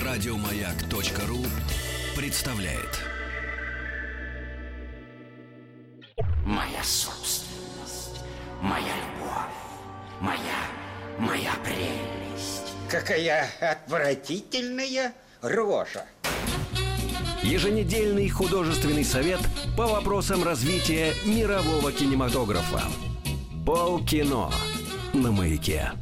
Радиомаяк.ру представляет. Моя собственность, моя любовь, моя прелесть. Какая отвратительная рожа. Еженедельный художественный совет по вопросам развития мирового кинематографа. Полкино на Маяке.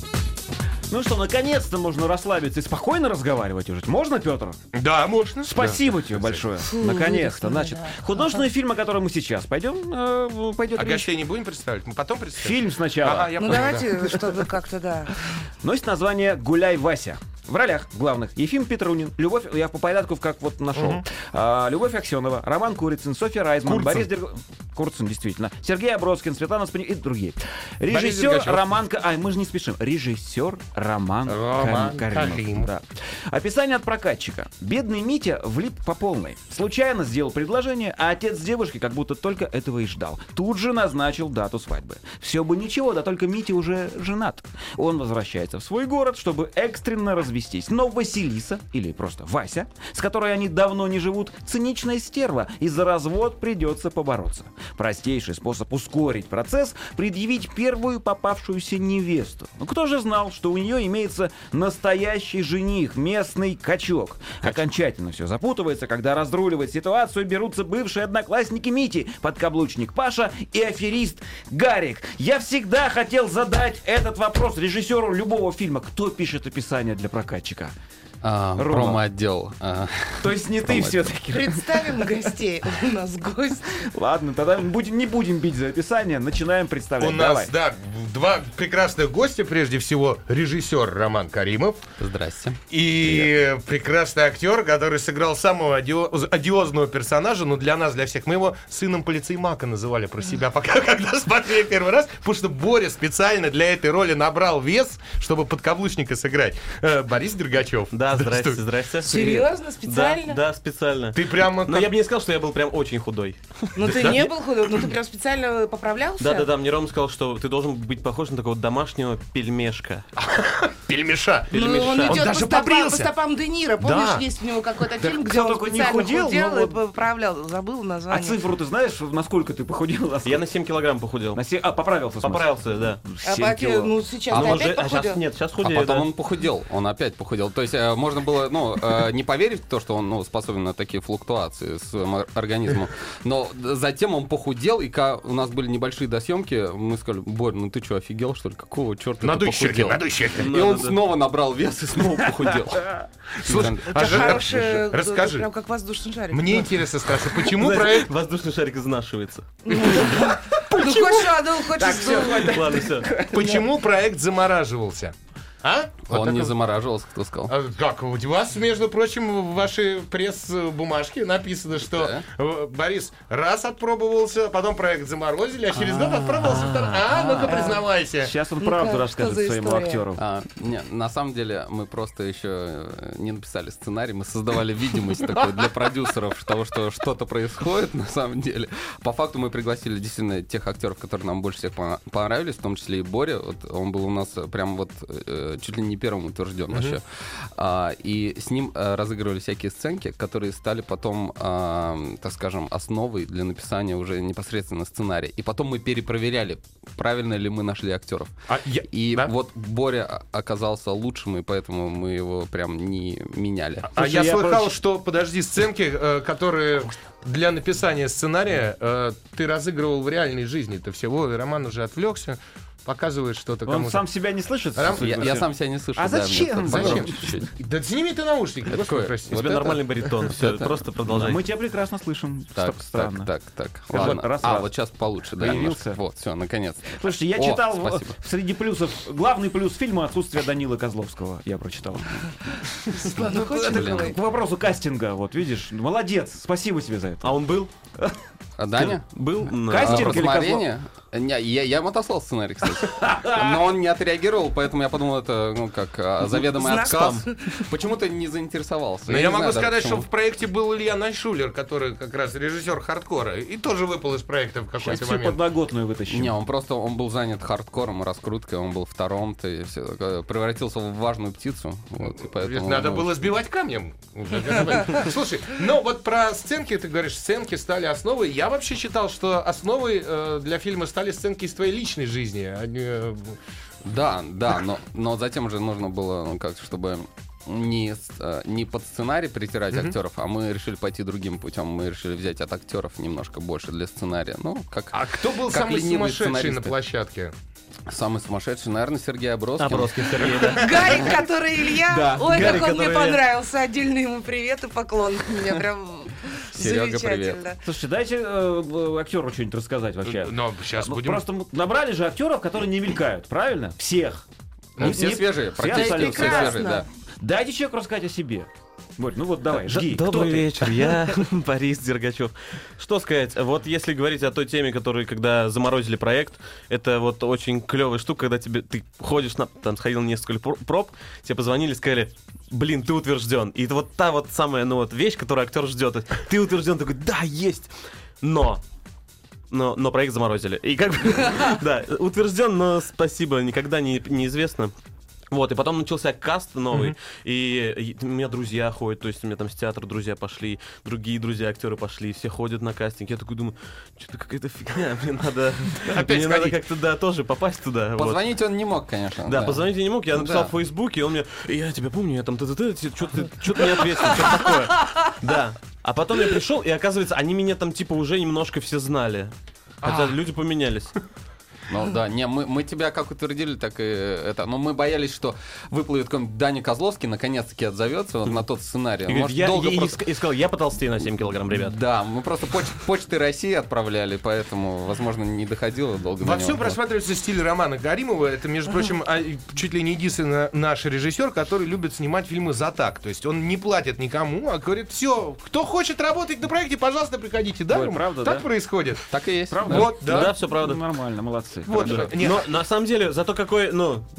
Ну что, наконец-то можно расслабиться и спокойно разговаривать уже. Можно, Петр? Да, можно. Спасибо тебе большое. Наконец-то. Значит, художественный фильм, о котором мы сейчас пойдем, пойдет А речь. гостей не будем представлять? Мы потом представим. Фильм сначала. Ага, я Ну понял, давайте, чтобы как-то, да. Носит название «Гуляй, Вася». В ролях главных Ефим Петрунин, Любовь, я по порядку как вот нашел. Любовь Аксенова, Роман Курицын, Софья Райзман, Борис Курцин, действительно, Сергей Аброскин, Светлана Спанюк и другие. Режиссер Дергачев. Роман... мы же не спешим. Режиссер Роман Каримов. Да. Описание от прокатчика. Бедный Митя влип по полной. Случайно сделал предложение, а отец девушки как будто только этого и ждал. Тут же назначил дату свадьбы. Все бы ничего, да только Митя уже женат. Он возвращается в свой город, чтобы экстренно развестись. Но Василиса, или просто Вася, с которой они давно не живут, циничная стерва, и за развод придется побороться. Простейший способ ускорить процесс — предъявить первую попавшуюся невесту. Ну кто же знал, что у нее имеется настоящий жених, местный качок. Окончательно все запутывается, когда разруливать ситуацию берутся бывшие одноклассники Мити, подкаблучник Паша и аферист Гарик. Я всегда хотел задать этот вопрос режиссеру любого фильма. Кто пишет описание для прокатчика? Промо-отдел. То есть не ты все-таки. Представим гостей. У нас гость. Ладно, тогда не будем бить за описание, начинаем представлять. У нас, Давай. да, два прекрасных гостя. Прежде всего, режиссер Роман Каримов. Здрасте. И прекрасный актер, который сыграл самого одиозного персонажа, но для нас, для всех. Мы его сыном полицеймака называли про себя, пока когда смотрели первый раз, потому что Боря специально для этой роли набрал вес, чтобы подкаблучника сыграть. Борис Дергачев. Да, здрасте. Серьезно? Специально? Да, специально. Ты прямо... Но я бы не сказал, что я был прям очень худой. Ну ты не был худой, ну ты прям специально поправлялся? Да, мне Рома сказал, что ты должен быть похож на такого домашнего пельмешка. Пельмеша. Ну, он идет даже по побрился. стопам Де Ниро. Помнишь, есть у него какой-то фильм, где он только не специально худел, худел но и вот- поправлял. Забыл А название. цифру ты знаешь, насколько ты похудел? Я на 7 килограмм похудел. Поправился, в смысле? Поправился, да. А 7 Баки, кило. ну сейчас А ты опять сейчас похудел? нет, сейчас А худею, потом да. он похудел, он опять похудел. То есть можно было, не поверить в то, что он способен на такие флуктуации с своим организмом. Но затем он похудел, и когда у нас были небольшие досъемки, мы сказали: Борь, ну ты что, офигел, что ли? Какого черта ты Надуй щеки, похудел? надуй щеки. И он снова набрал вес и снова похудел. Слушай, Это хороший, расскажи. прям как воздушный шарик. Мне интересно, Стаса, почему Знаешь, проект... воздушный шарик изнашивается. Ну хочешь, Ладно, все. Почему проект замораживался? А? Вот Он это- не замораживался, кто сказал. А как? У вас, между прочим, в вашей пресс-бумажке написано, что Борис раз отпробовался, потом проект заморозили, а через год отпробовался второй. Ну-ка, признавайся. Сейчас он Ну-ка, правду что расскажет за своему история? актеру. На самом деле мы просто еще не написали сценарий, мы создавали видимость такую для продюсеров того, что что-то происходит на самом деле. По факту мы пригласили действительно тех актеров, которые нам больше всех понравились, в том числе и Боря. Вот он был у нас прям вот чуть ли не первым утвержден вообще. И с ним разыгрывали всякие сценки, которые стали потом, так скажем, основой для написания уже непосредственно сценария. И потом мы перепроверяли, правильно ли мы нашли актеров. И да? вот Боря оказался лучшим, и поэтому мы его прям не меняли. А я я слыхал, проще- что, подожди, сценки, которые для написания сценария ты разыгрывал в реальной жизни. Ты всего, и Роман уже отвлекся, показывает что-то Он кому-то. сам себя не слышит? Я сам себя не слышу. А да, зачем? мне Зачем? погромче чуть-чуть. Да сними ты наушники, Это господи, такое, прости. У вот тебя это- нормальный баритон, все, просто продолжай. Мы тебя прекрасно слышим. Так. Вот, Ладно. раз. Вот сейчас получше, да. Появился. немножко. Вот, все, наконец. Слушайте, я О, читал спасибо. среди плюсов, главный плюс фильма — отсутствие Данилы Козловского. Я прочитал. Ладно, хочешь Это такой? к вопросу кастинга, вот видишь. Молодец, спасибо тебе за это. А он был? А Даня? Был? Кастинг или Просмотрение? Я ему отослал сценарий, кстати. Но он не отреагировал, поэтому я подумал, это, заведомый отказ. Почему-то не заинтересовался. Но я могу знаю, сказать, почему. что в проекте был Илья Найшулер, который как раз режиссер хардкора, и тоже выпал из проекта в Сейчас какой-то всю момент. подноготную вытащим. Не, он был занят хардкором и раскруткой, он был втором-то, и все такое, превратился в важную птицу. Вот, и поэтому, Надо было сбивать камнем. Слушай, ну вот про сценки, ты говоришь, сценки стали основой. Я вообще считал, что основой для фильма стали сценки из твоей личной жизни. Да, но затем же нужно было, чтобы не под сценарий притирать актеров, а мы решили пойти другим путем. Мы решили взять от актеров немножко больше для сценария. А кто был как самый ленивые сумасшедший на сценаристы. Площадке? Самый сумасшедший, наверное, Сергей Аброскин. Аброскин Сергей, да. Гарик, который Илья. Да, Ой, Гарик, как он мне который Илья. понравился. Отдельный ему привет и поклон. Меня прям Серега, замечательно. Слушайте, дайте актеру что-нибудь рассказать вообще. Но сейчас Ну, будем... Просто набрали же актеров, которые не мелькают, правильно? Всех. Ну, все свежие, все практически абсолютно все прекрасно. свежие, да. Дайте человеку рассказать о себе. Борь, ну вот давай, жги. Добрый Кто ты? вечер, я Борис Дергачев. Что сказать, вот если говорить о той теме, которую, когда заморозили проект, это вот очень клевая штука, когда ты ходишь, там сходил на несколько проб, тебе позвонили, сказали, блин, ты утвержден. И это вот та вот самая, вещь, которую актер ждет. Ты утвержден, такой, да, есть, но проект заморозили. И как бы, да, утвержден, но спасибо, никогда неизвестно. Вот, и потом начался каст новый, и у меня друзья ходят, то есть у меня там с театра друзья пошли, другие друзья актеры пошли, все ходят на кастинг. Я такой думаю, что-то какая-то фигня, мне надо как-то, да, тоже попасть туда. Позвонить он не мог, конечно. Да, позвонить я не мог, я написал в Фейсбуке, и он мне, я тебя помню, я там что-то не ответил, что-то такое. Да, а потом я пришел, и оказывается, они меня там типа уже немножко все знали, хотя люди поменялись. Ну да, мы тебя как утвердили, так и это. Но мы боялись, что выплывет какой-нибудь Даня Козловский, наконец-таки отзовется вот на тот сценарий. И Может, говорит, долго и просто... сказал, я потолстею на 7 килограмм, ребят. Да, мы просто почтой России отправляли, поэтому, возможно, не доходило долго до Во него. всем просматривается стиль Романа Каримова. Это, между прочим, чуть ли не единственный наш режиссер, который любит снимать фильмы за так. То есть он не платит никому, а говорит, все, кто хочет работать на проекте, пожалуйста, приходите. Да, Ой, Ром? правда, так да? происходит. Так и есть. Правда? Вот, да. Да, все правда. Нормально, молодцы. Вот, Хорошо. нет. Но на самом деле, зато какой,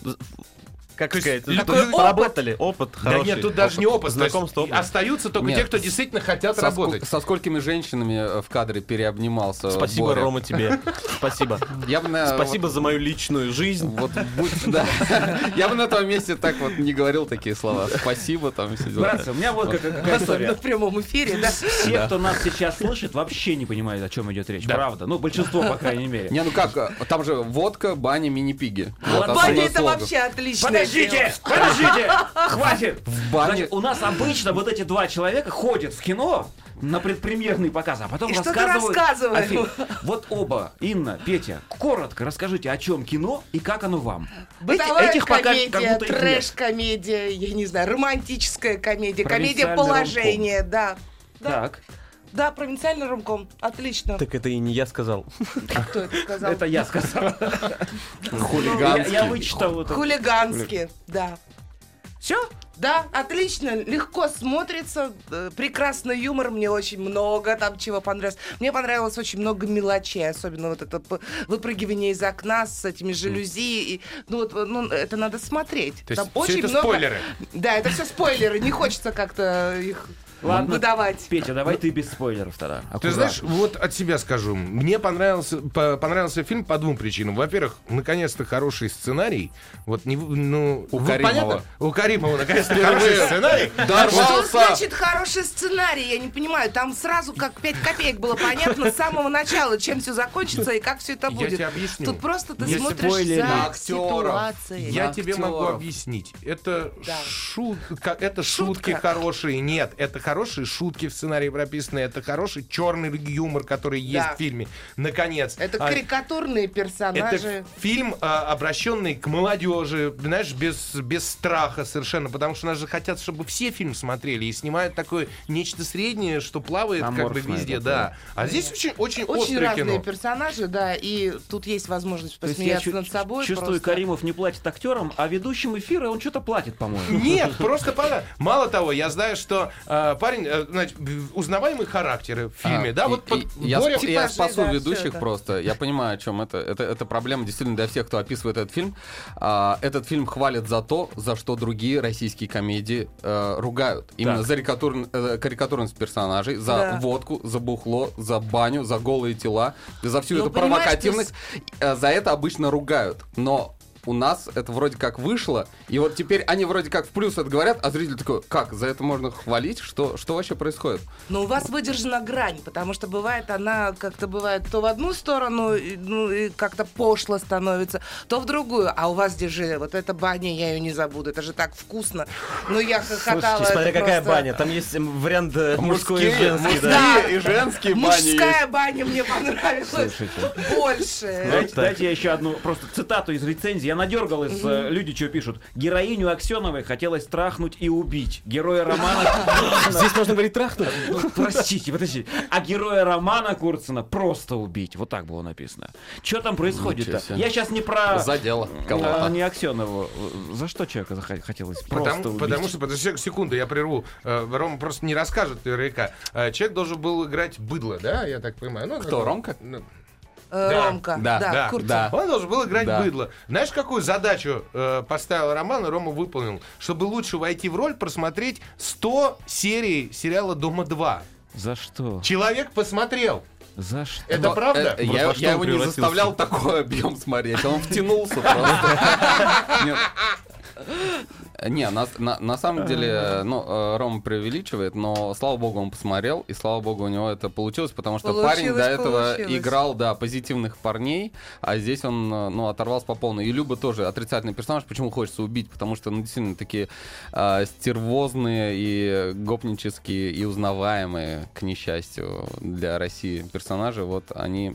как То есть сказать, такой поработали, опыт Да хороший. нет, тут даже не опыт. Знакомство, То есть опыт. остаются только Нет. те, кто действительно хотят работать. Со сколькими женщинами в кадре переобнимался Спасибо, Боря? Рома, тебе. Спасибо. Я бы Спасибо за мою личную жизнь. Вот да. Я бы на том месте так вот не говорил такие слова. Спасибо, там все дела. Братцы, у меня вот какая Особенно история. в прямом эфире, да. Все, кто нас сейчас слышит, вообще не понимают, о чем идет речь. Правда. Ну, большинство, по крайней мере. Не, ну как, там же водка, баня, мини-пиги. Вот Баня основной Баня это слоган. вообще отлично. Подождите! Хватит! бане- Значит, у нас обычно вот эти два человека ходят в кино на предпремьерные показы, а потом И что-то рассказывают. рассказывают. о фильме. Вот оба, Инна, Петя, коротко расскажите, о чем кино и как оно вам. Бытовая Этих пока как комедия, будто их нет. трэш-комедия, я не знаю, романтическая комедия, комедия Провинциальный положения, да. Да. Так, Да, провинциальный ромком. Отлично. Так это и не я сказал. А кто это сказал? это я сказал. Хулиганский. Я вычитал это. Хулигански, да. Все? Да, отлично, легко смотрится, прекрасный юмор, мне очень много там чего понравилось. Мне понравилось очень много мелочей, особенно вот это выпрыгивание из окна с этими жалюзи. И, это надо смотреть. То есть Там всё очень это много... спойлеры? Да, это все спойлеры, не хочется как-то их Ладно. выдавать. Петя, давай ты без спойлеров тогда. Ты Аккуратно. знаешь, вот от себя скажу. Мне понравился фильм по двум причинам. Во-первых, наконец-то хороший сценарий. Вот У Каримова. У Каримова наконец-то хороший сценарий. Что Дорвался. значит хороший сценарий? Я не понимаю. Там сразу как 5 копеек было понятно с самого начала, чем все закончится и как все это Я будет. тебе объясню. Тут просто ты Не смотришь спойлери. за Актеров. ситуацией. Я На тебе могу актеров. объяснить. Это Да. это шутки Шутка. хорошие. Нет, это хорошие шутки в сценарии прописаны. Это хороший черный юмор, который есть Да. в фильме. Наконец. Это А, карикатурные персонажи. Это фильм, обращенный к молодежи, знаешь, без страха совершенно, потому что нас же хотят, чтобы все фильм смотрели и снимают такое нечто среднее, что плавает как бы Аморфное везде, такое. да. А здесь очень Очень острое разные кино. персонажи, да, и тут есть возможность То есть я посмеяться над собой. чувствую, просто. Каримов не платит актерам, а ведущим эфира он что-то платит, по-моему. Нет, просто мало того, я знаю, что парень, значит, узнаваемые характеры в фильме, да? Я Типажи, спасу да, всё ведущих это. просто. Я понимаю, о чем это. Это проблема действительно для всех, кто описывает этот фильм. Этот фильм хвалят за то, за что другие российские комедии ругают. Именно за карикатурность персонажей, за водку, за бухло, за баню, за голые тела, за всю эту провокативность. За это обычно ругают. Но у нас это вроде как вышло, и вот теперь они вроде как в плюс это говорят, а зритель такой: как, за это можно хвалить? Что вообще происходит? Но у вас выдержана грань, потому что бывает она как-то бывает то в одну сторону, и как-то пошло становится, то в другую. А у вас здесь же вот эта баня, я ее не забуду, это же так вкусно. Ну я хохотала. Слушайте, смотря это какая просто... баня. Там есть вариант мужской и женский. Да. И женские бани Мужская есть. баня мне понравилась больше. Дайте я еще одну просто цитату из рецензии. Я надергал из люди, что пишут. Героиню Аксеновой хотелось трахнуть и убить. Героя романа... Здесь можно говорить трахнуть. Простите, подождите. А героя романа Курцина просто убить. Вот так было написано. Что там происходит-то? Ничего себе. Я сейчас не про... Задело кого-то. Не Аксенову. За что человека хотелось просто убить? Потому что, подожди секунду, я прерву. Рома просто не расскажет наверняка. Человек должен был играть быдло, да, я так понимаю? Ну, Кто, Ромка? Ромка, Да, Курцин. да. Он должен был играть Да. быдло. Знаешь, какую задачу поставил Роман, и Рома выполнил? Чтобы лучше войти в роль, просмотреть 100 серий сериала «Дома-2». За что? Человек посмотрел. За что? Это правда? Я во что его он не превратился? заставлял такой объем смотреть, он втянулся просто. Нет. Не, на самом деле, Рома преувеличивает, но, слава богу, он посмотрел, и, слава богу, у него это получилось, потому что парень до этого играл, позитивных парней, а здесь он, оторвался по полной. И Люба тоже отрицательный персонаж. Почему хочется убить? Потому что, действительно, такие стервозные и гопнические, и узнаваемые, к несчастью, для России персонажи, вот они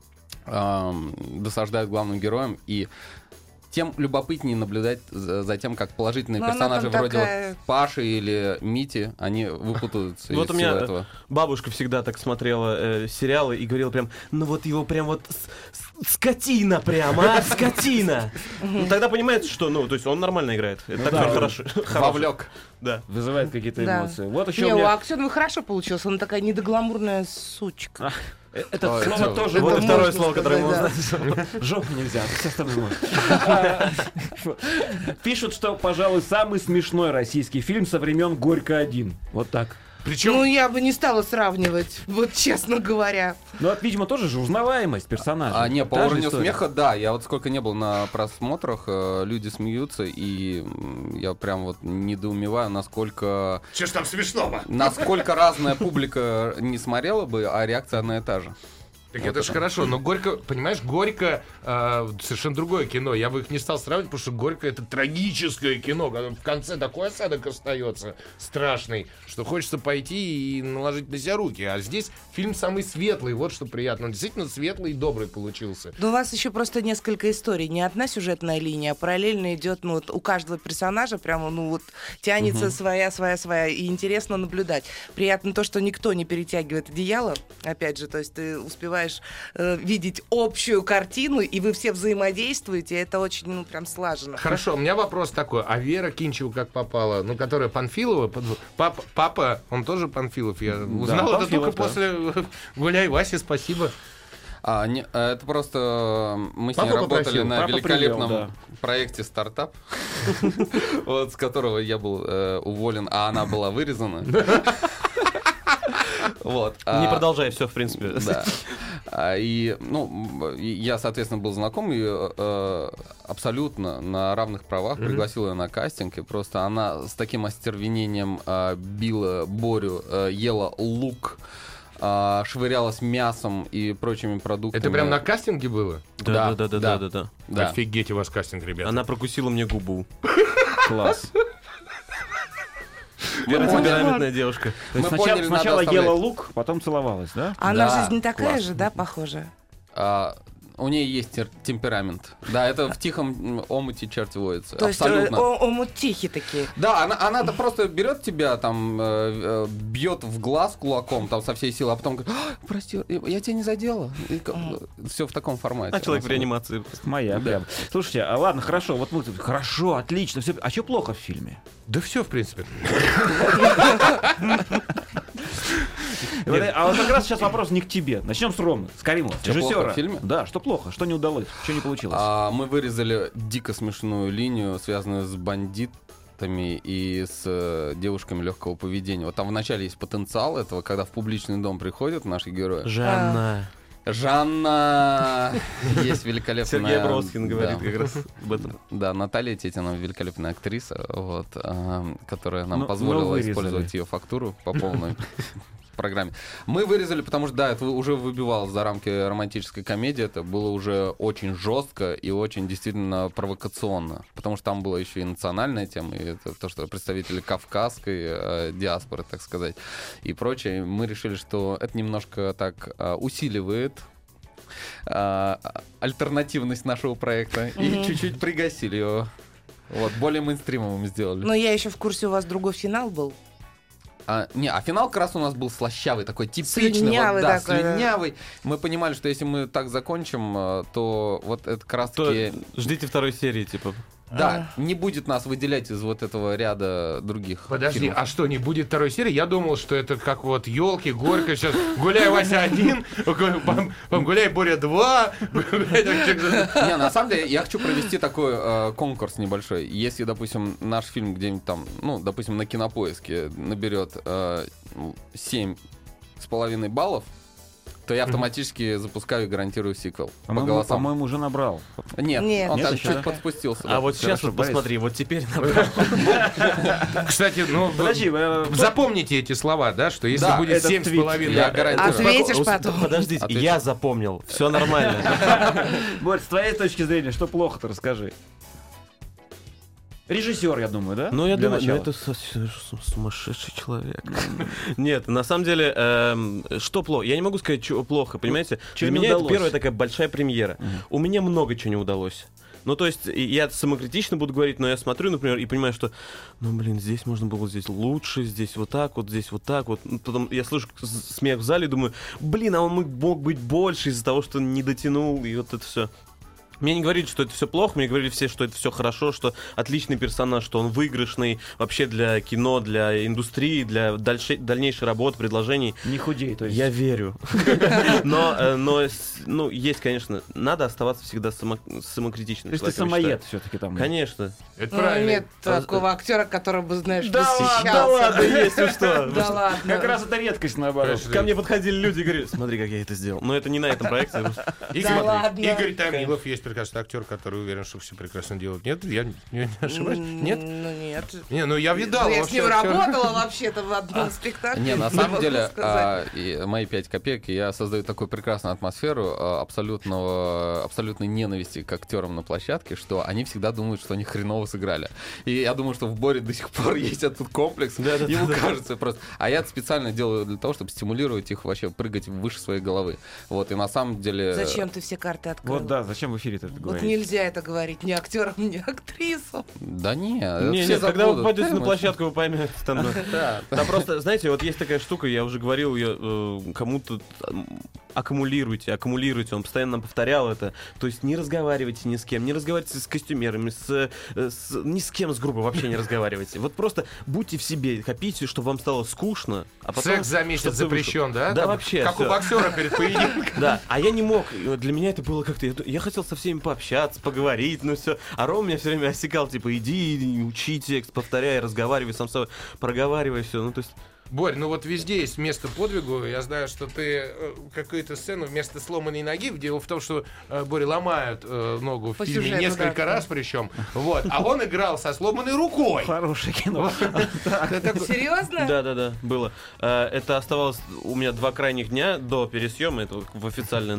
досаждают главным героям, и тем любопытнее наблюдать за тем, как положительные персонажи вроде вот Паши или Мити, они выпутаются из Вот у всего меня этого. бабушка всегда так смотрела сериалы и говорила прям, ну вот его прям вот скотина прямо, скотина. Ну тогда понимаете, что, то есть он нормально играет. Это так хорошо. Вовлек. Да. Вызывает какие-то Да. эмоции. Вот еще Не, у у меня... Аксеновой хорошо получилось, она такая недогламурная сучка. Это Ой, слово тоже... Вот и можно второе слово, которое сказать, можно знать. Жопу нельзя, а все остальное можно. Пишут, что, пожалуй, самый смешной российский фильм со времен «Горько-1». Вот так. Причем Ну, я бы не стала сравнивать, вот честно говоря. Ну, это, видимо, тоже же узнаваемость персонажа. Не, по Та же уровню история. смеха, да. Я вот сколько не был на просмотрах, люди смеются, и я прям вот недоумеваю, насколько что ж там смешного? разная публика не смотрела бы, а реакция одна и та же. Так это ж хорошо, но «Горько», понимаешь, «Горько» совершенно другое кино. Я бы их не стал сравнивать, потому что «Горько» — это трагическое кино. Когда в конце такой осадок остается страшный, что хочется пойти и наложить на себя руки. А здесь фильм самый светлый, вот что приятно. Он действительно светлый и добрый получился. Но у вас еще просто несколько историй. Не одна сюжетная линия, а параллельно идет, вот у каждого персонажа прямо, тянется своя. И интересно наблюдать. Приятно то, что никто не перетягивает одеяло. Опять же, то есть ты успеваешь видеть общую картину, и вы все взаимодействуете. Это очень, прям слаженно. Хорошо, у меня вопрос такой. А Вера Кинчева как попала? Которая Панфилова? Папа, он тоже Панфилов. Я узнал это только после «Гуляй, Вася», спасибо. Это просто мы с ней Папа работали попросил. на Папа великолепном привел, проекте «Стартап», вот с которого я был уволен, а она была вырезана. Вот. Не продолжай, все, в принципе. Да. И я, соответственно, был знаком и абсолютно на равных правах пригласил ее на кастинг. И просто она с таким остервенением била Борю, ела лук, швырялась мясом и прочими продуктами. Это прям на кастинге было? Да. Да. Офигеть у вас кастинг, ребята. Она прокусила мне губу. Класс. Вера темпераментная девушка. То есть Мы поняли, сначала надо ела оставлять. лук, потом целовалась, да? А она в Да, жизни такая класс. же, да, похожая? У нее есть темперамент. Да, это в тихом омуте черти водится. То есть Абсолютно. омут тихий такие. Да, она просто берет тебя, там, бьет в глаз кулаком, там, со всей силы, а потом говорит: прости, я тебя не задела. Все в таком формате. А человек в реанимации. Моя, Да. прям. Слушайте, ладно, хорошо, вот мы тут, хорошо, отлично, все. А что плохо в фильме? Да все, в принципе. А вот как раз сейчас вопрос не к тебе. Начнем с Ромы, с Каримова, Что плохо режиссера. в фильме? Да, что плохо, что не удалось, что не получилось. Мы вырезали дико смешную линию, связанную с бандитами и с девушками легкого поведения. Вот там вначале есть потенциал этого, когда в публичный дом приходят наши герои. Жанна. Жанна есть великолепная... Сергей Броскин говорит да. как раз об этом. Да, Наталья Тетина великолепная актриса, вот, которая нам Но позволила вырезали. использовать ее фактуру по полной программе. Мы вырезали, потому что, да, это уже выбивалось за рамки романтической комедии, это было уже очень жестко и очень действительно провокационно, потому что там была еще и национальная тема, и это то, что представители кавказской диаспоры, так сказать, и прочее. Мы решили, что это немножко так усиливает альтернативность нашего проекта и чуть-чуть пригасили его. Вот, более мейнстримовым сделали. Но я еще в курсе, у вас другой финал был. А финал как раз у нас был слащавый, такой типичный, Слюнявый вот, да, такой, да. слюнявый. Мы понимали, что если мы так закончим, то вот это как раз таки... Ждите второй серии, типа. Да, не будет нас выделять из вот этого ряда других Подожди, фильмов. а что, не будет второй серии? Я думал, что это как вот елки, горько, сейчас гуляй, Вася 1, гуляй, Боря 2. Не, на самом деле, я хочу провести такой конкурс небольшой. Если, допустим, наш фильм где-нибудь там, ну, допустим, на Кинопоиске наберет 7,5 баллов, то я автоматически запускаю и гарантирую сиквел. По голосам. По-моему, уже набрал. Нет, Нет. он Нет там еще, чуть да? подспустился. А да. вот сейчас Хорошо, вот Борис. посмотри, вот теперь... Кстати, ну, Подожди, запомните эти слова, да, что если Да, будет этот 7,5... Я гарантирую. Ответишь потом. Подождите, Отвечу. я запомнил, все нормально. Борь, с твоей точки зрения, что плохо-то, расскажи. Режиссер, я думаю, да? Ну, я Для думаю, начала. это сумасшедший человек. Нет, на самом деле, что плохо? Я не могу сказать, что плохо, понимаете? Чё Для не меня это удалось? первая такая большая премьера. У меня много чего не удалось. Ну, то есть, я самокритично буду говорить, но я смотрю, например, и понимаю, что, ну, блин, здесь можно было здесь лучше, здесь вот так вот, здесь вот так вот. Ну, потом я слышу смех в зале и думаю, блин, а он мог быть больше из-за того, что не дотянул, и вот это все. Мне не говорили, что это все плохо, мне говорили все, что это все хорошо, что отличный персонаж, что он выигрышный вообще для кино, для индустрии, для дальнейшей работы, предложений. Не худей, то есть. Я верю. Но, ну, есть, конечно, надо оставаться всегда самокритичным. То есть ты человеком, я самоед все-таки там. считаю. Конечно. Это Ну, правильно. нет такого актера, который бы, знаешь, Да восхищался. ладно, если что. Да ладно. Как раз это редкость, наоборот. Конечно. Ко мне подходили люди и говорили, смотри, как я это сделал. Но это не на этом проекте. Да ладно. Игорь Томилов есть прекрасный актер, который уверен, что все прекрасно делают. Нет, я не ошибаюсь? Нет? Ну нет. Не, ну я видал. Ну, я с ним вообще всё. работала вообще-то в одном спектакле. Не, на не самом могу деле, сказать. мои 5 копеек, я создаю такую прекрасную атмосферу абсолютной ненависти к актерам на площадке, что они всегда думают, что они хреново сыграли. И я думаю, что в Боре до сих пор есть этот комплекс. Ему кажется просто. А я это специально делаю для того, чтобы стимулировать их вообще прыгать выше своей головы. Вот, и на самом деле... Зачем ты все карты открыл? Вот да, зачем в эфире это Вот говорить? нельзя это говорить ни актерам, ни актрисам. Да не, Не, все когда вы забудут. попадете на площадку, вы поймете. Там Да. просто, знаете, вот есть такая штука, я уже говорил ее кому-то, аккумулируйте. Он постоянно нам повторял это. То есть не разговаривайте ни с кем, не разговаривайте с костюмерами, ни с кем с группой вообще не разговаривайте. Вот просто будьте в себе, копите, чтобы вам стало скучно. А потом, Секс за месяц чтоб ты вышел. запрещен, да? Да, Там, вообще. Как всё. у боксера перед поединком. Да, а я не мог. И для меня это было как-то... Я хотел со всеми пообщаться, поговорить, ну все. А Рома меня все время осекал, типа, иди, учи текст, повторяй, разговаривай сам с собой, проговаривай все. Ну, то есть... Борь, ну вот везде есть место подвигу. Я знаю, что ты какую-то сцену вместо сломанной ноги. Дело в том, что Боре ломают ногу в По фильме сюжету, несколько да. раз причем. Вот. А он играл со сломанной рукой. Хорошее кино. Серьезно? Да, было. Это оставалось у меня 2 крайних дня до пересъема, это в официальный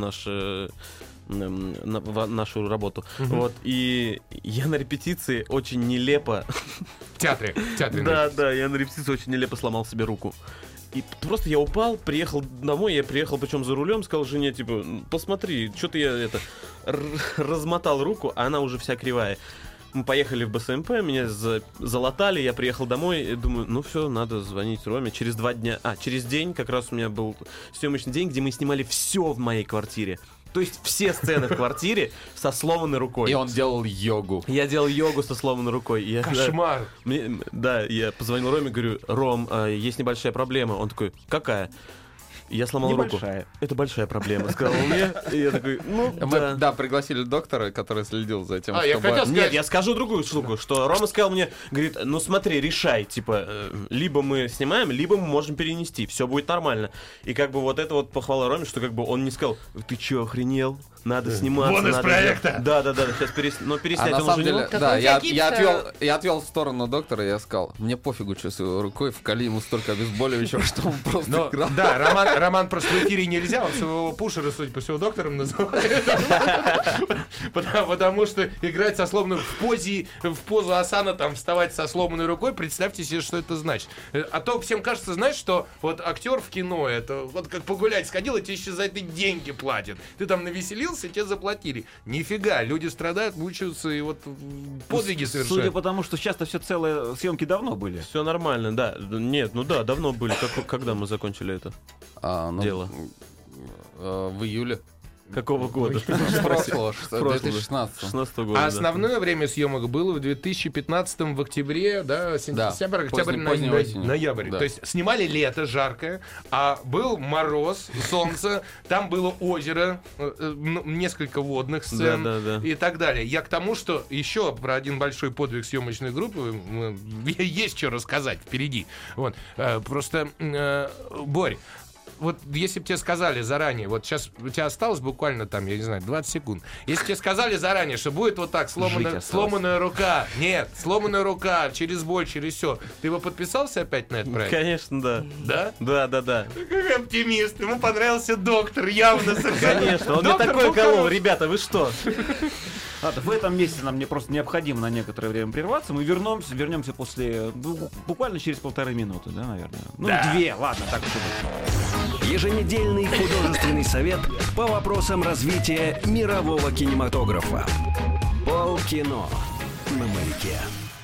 нашу работу. Вот. И я на репетиции очень нелепо... В театре. Да, я на репетиции очень нелепо сломал себе руку. И просто я упал, приехал домой, я приехал причем за рулем, сказал жене, типа, посмотри, что-то я размотал руку, а она уже вся кривая. Мы поехали в БСМП, меня залатали, я приехал домой и думаю, ну все, надо звонить Роме. Через 2 дня, через день как раз у меня был съемочный день, где мы снимали все в моей квартире. То есть все сцены в квартире со сломанной рукой. И он делал йогу. Я делал йогу со сломанной рукой. Кошмар. Я позвонил Роме, говорю, Ром, есть небольшая проблема. Он такой, какая? Я сломал руку. Это большая проблема, сказал он мне. И я такой, Да, пригласили доктора, который следил за тем, я хотел сказать... Нет, я скажу другую штуку, что Рома сказал мне, говорит, ну смотри, решай, типа, либо мы снимаем, либо мы можем перенести, все будет нормально. И как бы вот это вот похвала Роме, что как бы он не сказал, ты че, охренел? Надо сниматься. Вон из проекта. Да, сейчас переснять на он самом уже не деле, мог. да, я отвел в сторону доктора, и я сказал, мне пофигу, что с его рукой, вкали ему столько обезболивающего, что он просто играл. Да, Роман просто в эфире нельзя, он своего пушера, судя по всему, доктором называет. Потому что играть со сломанной в позу асана, там, вставать со сломанной рукой, представьте себе, что это значит. А то всем кажется, знаешь, что вот актер в кино, это вот как погулять сходил, и тебе еще за это деньги платят. Ты там навеселился, тебе заплатили. Нифига, люди страдают, мучаются и вот подвиги совершают. Судя по тому, что сейчас-то все целые съемки давно были. Все нормально, да. Нет, давно были. Когда мы закончили это дело? В июле. Какого года? Прошлого, 2016 года. А основное время съемок было в 2015 в октябре, да, сентябрь, октябрь, ноябрь. То есть снимали лето, жаркое, а был мороз, солнце, там было озеро, несколько водных сцен и так далее. Я к тому, что еще про один большой подвиг съемочной группы есть что рассказать впереди. Вот. Просто, Борь, вот если бы тебе сказали заранее, вот сейчас у тебя осталось буквально там, я не знаю, 20 секунд. Если тебе сказали заранее, что будет вот так, сломанная рука, сломанная рука, через боль, через все, ты бы подписался опять на этот проект? Конечно, да. Да? Да. Какой оптимист, ему понравился доктор, явно совершенно. Конечно, он не такой колол, ребята, вы что? Ладно, в этом месте нам просто необходимо на некоторое время прерваться. Мы вернемся после, буквально через 1,5 минуты, да, наверное? 2, ладно, так уж и будет. Еженедельный художественный совет по вопросам развития мирового кинематографа. Полкино на Маяке.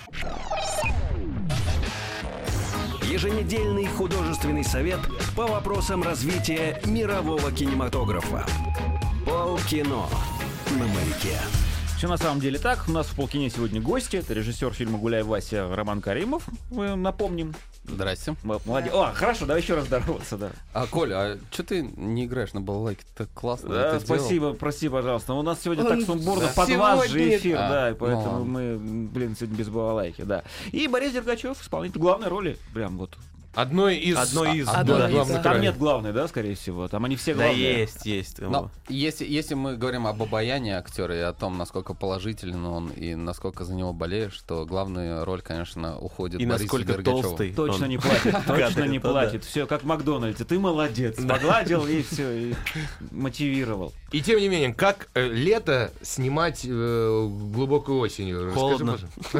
Еженедельный художественный совет по вопросам развития мирового кинематографа. Полкино на Маяке. Все на самом деле так. У нас в Полкине сегодня гости. Это режиссер фильма «Гуляй, Вася» Роман Каримов. Мы напомним. Здрасте. Молодец. Хорошо, давай еще раз здороваться, да. Коля, а что ты не играешь на балалайке? Так классно. Да, спасибо, прости, пожалуйста. У нас сегодня так сумбурно, под вас же эфир, да, и поэтому мы, сегодня без балалайки, да. И Борис Дергачев, исполнитель главной роли, прям вот. Одной из. Там нет главной, да, скорее всего. Там они все главные. Да, есть. Но если мы говорим об обаянии актера и о том, насколько положителен он и насколько за него болеешь, то главная роль, конечно, уходит и Борису насколько Дергачеву. толстый. Точно не платит, точно не платит. Все как в Макдональдсе. Ты молодец. Погладил и все, и мотивировал. И тем не менее, как лето снимать глубокой осенью? Холодно.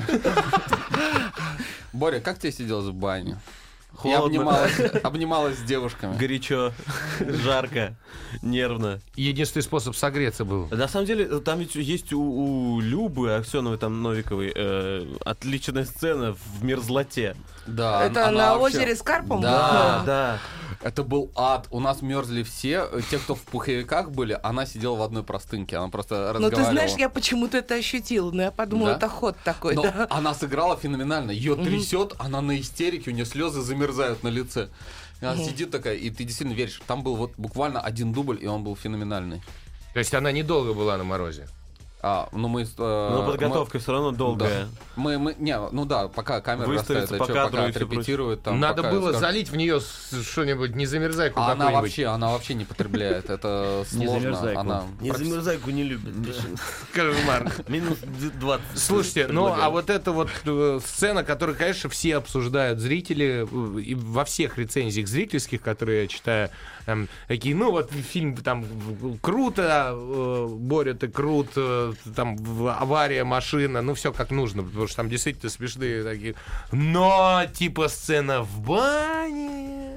Боря, как тебе сиделось в бане? Холодно. И обнималась с девушками. Горячо, жарко, нервно. Единственный способ согреться был. На самом деле, там ведь есть у Любы Аксеновой, там, Новиковой, отличная сцена в мерзлоте. Да, это на озере с карпом? Да. Это был ад. У нас мерзли все. Те, кто в пуховиках были, она сидела в одной простынке. Она просто разговаривала. Ну, ты знаешь, я почему-то это ощутила. Но я подумала, это ход такой. Но она сыграла феноменально. Ее трясет, она на истерике, у нее слезы замерзают на лице. Она сидит такая, и ты действительно веришь. Там был вот буквально один дубль, и он был феноменальный. То есть она недолго была на морозе? Но подготовка все равно долгая. Пока камера расставится, пока отрепетирует. Надо было залить в нее что-нибудь, не замерзайку какую-нибудь. Она вообще не потребляет, это сложно. Не замерзайку не любит. Кошмар. Минус 20. Слушайте, а вот эта вот сцена, которую, конечно, все обсуждают, зрители, и во всех рецензиях зрительских, которые я читаю, такие, фильм там круто, Боря, ты крут, там авария, машина, все как нужно, потому что там действительно смешные такие. Но, типа, сцена в бане,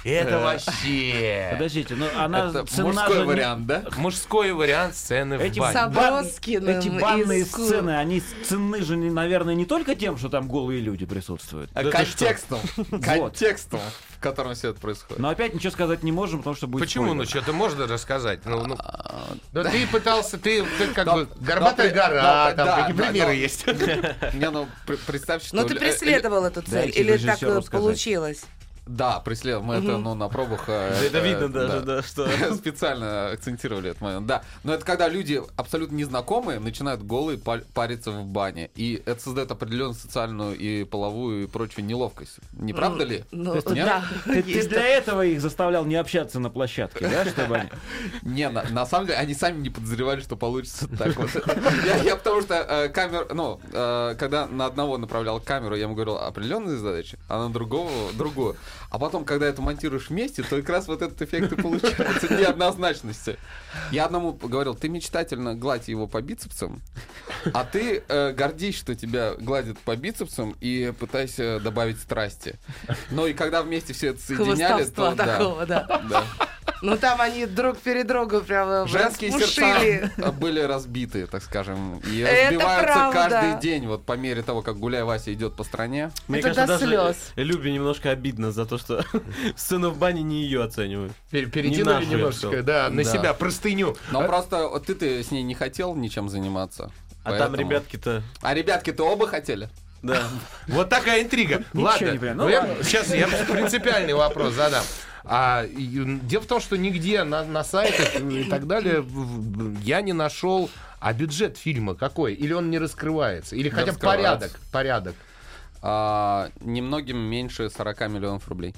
Это вообще... Подождите, ну она Это цена мужской же... вариант, да? Мужской вариант сцены в бане. Соброскиным Эти банные из Ку- сцены, они ценны же, наверное, не только тем, что там голые люди присутствуют. Контекстом, контекстом, в котором все это происходит. Но опять ничего сказать не можем, потому что будет Почему? спойлер. Ну, что-то можно рассказать. Да ты пытался, ты как бы горбатая да, гора, там да, какие да, примеры да. есть. Не, ну представьте, что... Но ты преследовал эту цель, дайте или так режиссеру сказать. получилось? Да, преследовал. Мы это, на пробах... Это видно даже, да, что... Специально акцентировали этот момент, да. Но это когда люди абсолютно незнакомые начинают голые париться в бане. И это создает определенную социальную и половую и прочую неловкость. Не правда ли? Ну, Нет? да. Ты для этого их заставлял не общаться на площадке, да, чтобы они... Не, на самом деле, они сами не подозревали, что получится так вот. Я потому что камеру, когда на одного направлял камеру, я ему говорил определенные задачи, а на другого другую. А потом, когда это монтируешь вместе, то как раз вот этот эффект и получается неоднозначности. Я одному говорил, ты мечтательно гладь его по бицепсам, а ты гордись, что тебя гладят по бицепсам и пытайся добавить страсти. Но и когда вместе все это соединяли, то Хвостовства такого, да. да. Ну там они друг перед другом прямо Женские распушили. сердца были разбиты, так скажем, и Это разбиваются правда. каждый день, вот по мере того, как «Гуляй, Вася» идет по стране. Мне Это кажется, до даже слез. Любе немножко обидно за то, что сцену в бане не ее оценивают. Перетянули нашу, я немножечко, сказал. да, на Да. себя простыню. Но просто вот ты с ней не хотел ничем заниматься. А там поэтому- ребятки-то... А ребятки-то оба хотели? Да. Вот такая интрига. Ничего Ладно, не понимаю. Ну, сейчас я принципиальный вопрос задам. Дело в том, что нигде на сайтах и так далее я не нашел, а бюджет фильма какой? Или он не раскрывается? Или хотя бы Раскрывается. порядок? Немногим меньше 40 миллионов рублей.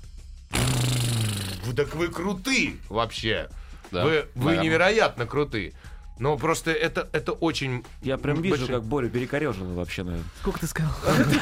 Так вы круты вообще. Да, Вы наверное. невероятно круты. Но просто это очень... Я прям вижу, большой- как Борю перекорежило вообще, наверное. Сколько ты сказал?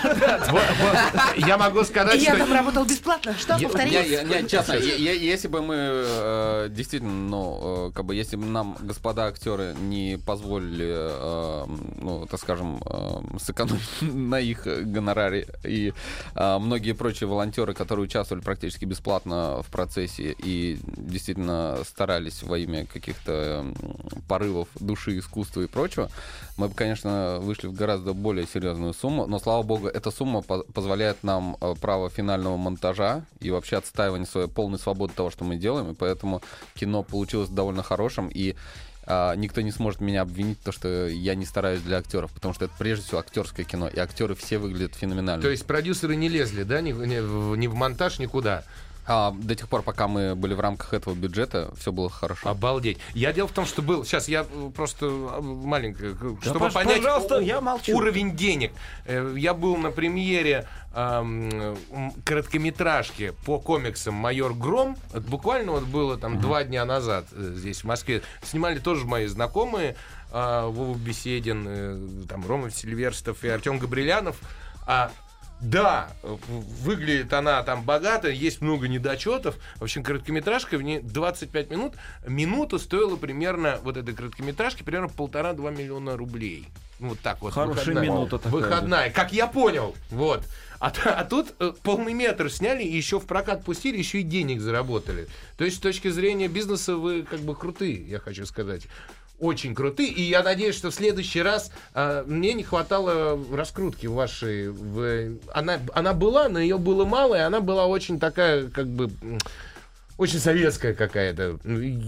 Я могу сказать, Я что... там работал бесплатно. Что, повтори? Честно, если бы мы действительно, как бы, если бы нам господа актеры не позволили, так скажем, сэкономить на их гонораре, и многие прочие волонтеры, которые участвовали практически бесплатно в процессе и действительно старались во имя каких-то порывов души, искусства и прочего, мы бы, конечно, вышли в гораздо более серьезную сумму, но, слава богу, эта сумма позволяет нам право финального монтажа и вообще отстаивания своей полной свободы того, что мы делаем, и поэтому кино получилось довольно хорошим, и никто не сможет меня обвинить в том, что я не стараюсь для актеров, потому что это прежде всего актерское кино, и актеры все выглядят феноменально. То есть продюсеры не лезли, да, ни в монтаж, никуда? До тех пор, пока мы были в рамках этого бюджета, все было хорошо. Обалдеть. Дело в том, что был... Сейчас я просто маленько... Чтобы пож- понять пожалуйста, я молчу. уровень денег. Я был на премьере короткометражки по комиксам «Майор Гром». Это буквально вот было там 2 дня назад здесь, в Москве. Снимали тоже мои знакомые. Вова Беседин, там Рома Сильверстов и Артем Габрилянов. Да, выглядит она там богато, есть много недочетов. В общем, короткометражка, в ней 25 минут. Минута стоила примерно, вот этой короткометражки, примерно 1,5-2 миллиона рублей. Вот так вот. Хорошая минута такая. Выходная, как я понял. Вот. А тут полный метр сняли, и еще в прокат пустили, еще и денег заработали. То есть, с точки зрения бизнеса, вы как бы крутые, я хочу сказать. Очень крутые. И я надеюсь, что в следующий раз мне не хватало раскрутки вашей. Она была, но ее было мало, и она была очень такая, как бы, очень советская какая-то.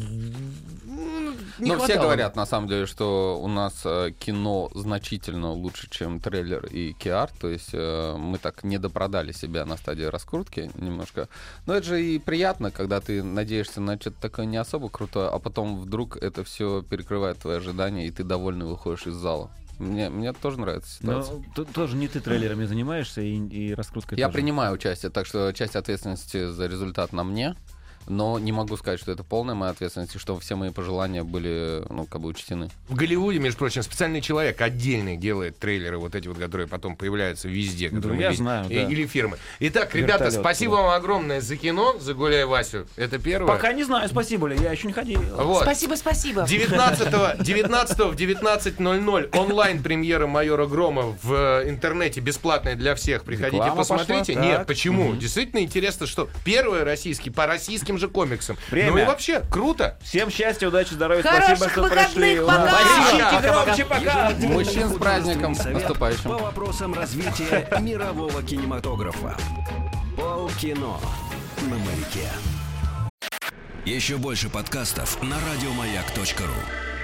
Но все говорят, на самом деле, что у нас кино значительно лучше, чем трейлер и киар. То есть мы так не допродали себя на стадии раскрутки немножко. Но это же и приятно, когда ты надеешься на что-то такое не особо крутое, а потом вдруг это все перекрывает твои ожидания, и ты довольно выходишь из зала. Мне тоже нравится ситуация. Но тоже не ты трейлерами занимаешься и раскруткой Я тоже. принимаю участие, так что часть ответственности за результат на мне. Но не могу сказать, что это полная моя ответственность, и что все мои пожелания были, учтены. В Голливуде, между прочим, специальный человек отдельный делает трейлеры, вот эти вот, которые потом появляются везде. Я знаю, да. Или фирмы. Итак, ребята, Вертолет, спасибо вам огромное за кино, за «Гуляй Васю». Это первое. Пока не знаю, спасибо ли, я еще не ходил. Вот. Спасибо. 19-го в 19:00 онлайн-премьера «Майора Грома» в интернете, бесплатная для всех. Приходите, Реклама посмотрите. пошла, Нет, так. почему? Действительно интересно, что первое российский, по российским же комиксам. Время. Ну и вообще, круто. Всем счастья, удачи, здоровья, Хороших спасибо, что выходных, пришли. пока! Кричите громче, пока! Мужчин с праздником, Совет наступающим. по вопросам развития мирового кинематографа. Полкино на Маяке. Еще больше подкастов на радиомаяк.ру.